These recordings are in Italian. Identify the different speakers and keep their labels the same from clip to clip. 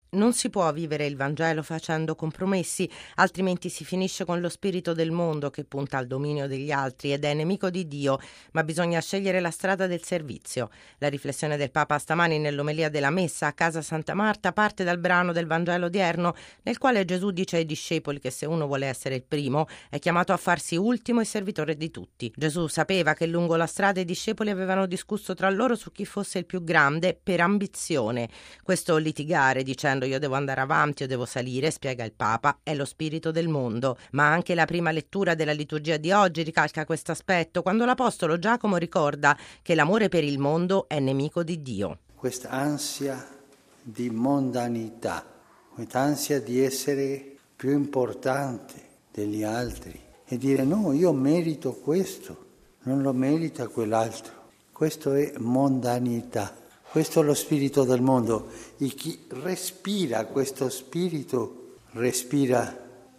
Speaker 1: Non si può vivere il Vangelo facendo compromessi, altrimenti si finisce con lo spirito del mondo che punta al dominio degli altri ed è nemico di Dio, ma bisogna scegliere la strada del servizio. La riflessione del Papa stamani nell'omelia della Messa a Casa Santa Marta parte dal brano del Vangelo odierno, nel quale Gesù dice ai discepoli che se uno vuole essere il primo è chiamato a farsi ultimo e servitore di tutti. Gesù sapeva che lungo la strada i discepoli avevano discusso tra loro su chi fosse il più grande per ambizione. Questo litigare dicendo io devo andare avanti, io devo salire, spiega il Papa, è lo spirito del mondo. Ma anche la prima lettura della liturgia di oggi ricalca questo aspetto, quando l'Apostolo Giacomo ricorda che l'amore per il mondo è nemico di Dio.
Speaker 2: Questa ansia di mondanità, questa ansia di essere più importante degli altri e dire no, io merito questo, non lo merita quell'altro. Questo è mondanità. Questo è lo spirito del mondo e chi respira questo spirito respira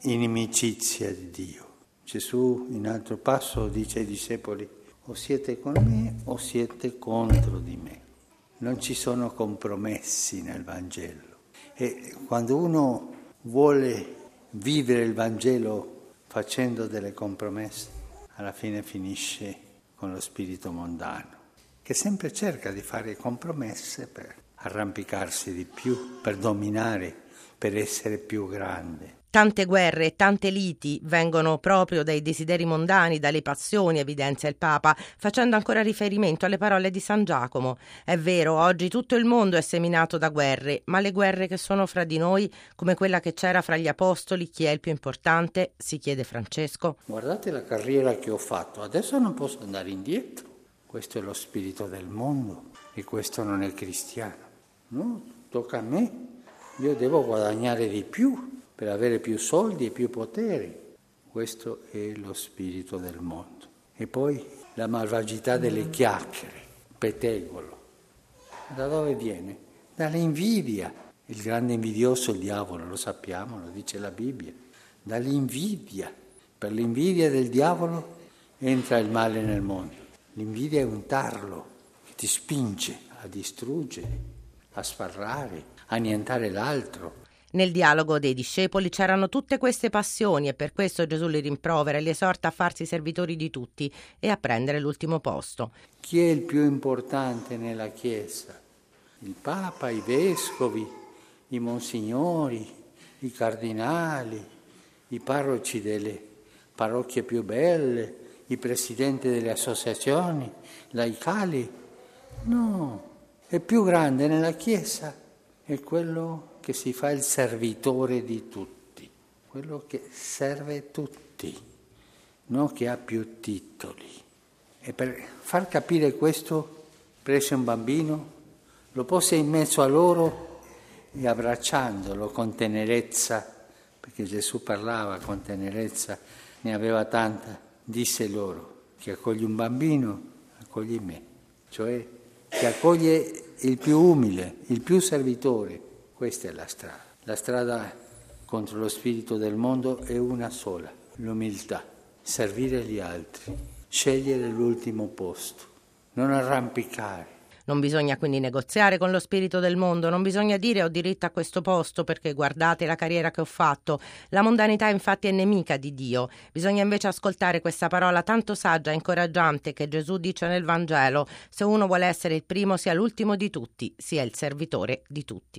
Speaker 2: inimicizia di Dio. Gesù in altro passo dice ai discepoli o siete con me o siete contro di me. Non ci sono compromessi nel Vangelo e quando uno vuole vivere il Vangelo facendo delle compromesse alla fine finisce con lo spirito mondano, che sempre cerca di fare compromesse per arrampicarsi di più, per dominare, per essere più grande.
Speaker 1: Tante guerre e tante liti vengono proprio dai desideri mondani, dalle passioni, evidenzia il Papa, facendo ancora riferimento alle parole di San Giacomo. È vero, oggi tutto il mondo è seminato da guerre, ma le guerre che sono fra di noi, come quella che c'era fra gli apostoli, chi è il più importante? Si chiede Francesco.
Speaker 2: Guardate la carriera che ho fatto, adesso non posso andare indietro. Questo è lo spirito del mondo e questo non è cristiano. No, tocca a me. Io devo guadagnare di più per avere più soldi e più potere. Questo è lo spirito del mondo. E poi la malvagità delle chiacchiere, pettegolo. Da dove viene? Dall'invidia. Il grande invidioso è il diavolo, lo sappiamo, lo dice la Bibbia. Dall'invidia. Per l'invidia del diavolo entra il male nel mondo. L'invidia è un tarlo che ti spinge a distruggere, a sfarrare, a annientare l'altro.
Speaker 1: Nel dialogo dei discepoli c'erano tutte queste passioni e per questo Gesù li rimprovera e li esorta a farsi servitori di tutti e a prendere l'ultimo posto.
Speaker 2: Chi è il più importante nella Chiesa? Il Papa, i vescovi, i monsignori, i cardinali, i parroci delle parrocchie più belle, i presidenti delle associazioni laicali? No, è più grande nella Chiesa, è quello che si fa il servitore di tutti, quello che serve tutti, non che ha più titoli. E per far capire questo, prese un bambino, lo pose in mezzo a loro e abbracciandolo con tenerezza, perché Gesù parlava con tenerezza, ne aveva tanta, disse loro, chi accoglie un bambino, accoglie me, cioè chi accoglie il più umile, il più servitore. Questa è la strada. La strada contro lo spirito del mondo è una sola, l'umiltà, servire gli altri, scegliere l'ultimo posto, non arrampicare.
Speaker 1: Non bisogna quindi negoziare con lo spirito del mondo, non bisogna dire ho diritto a questo posto perché guardate la carriera che ho fatto. La mondanità infatti è nemica di Dio. Bisogna invece ascoltare questa parola tanto saggia e incoraggiante che Gesù dice nel Vangelo: se uno vuole essere il primo sia l'ultimo di tutti, sia il servitore di tutti.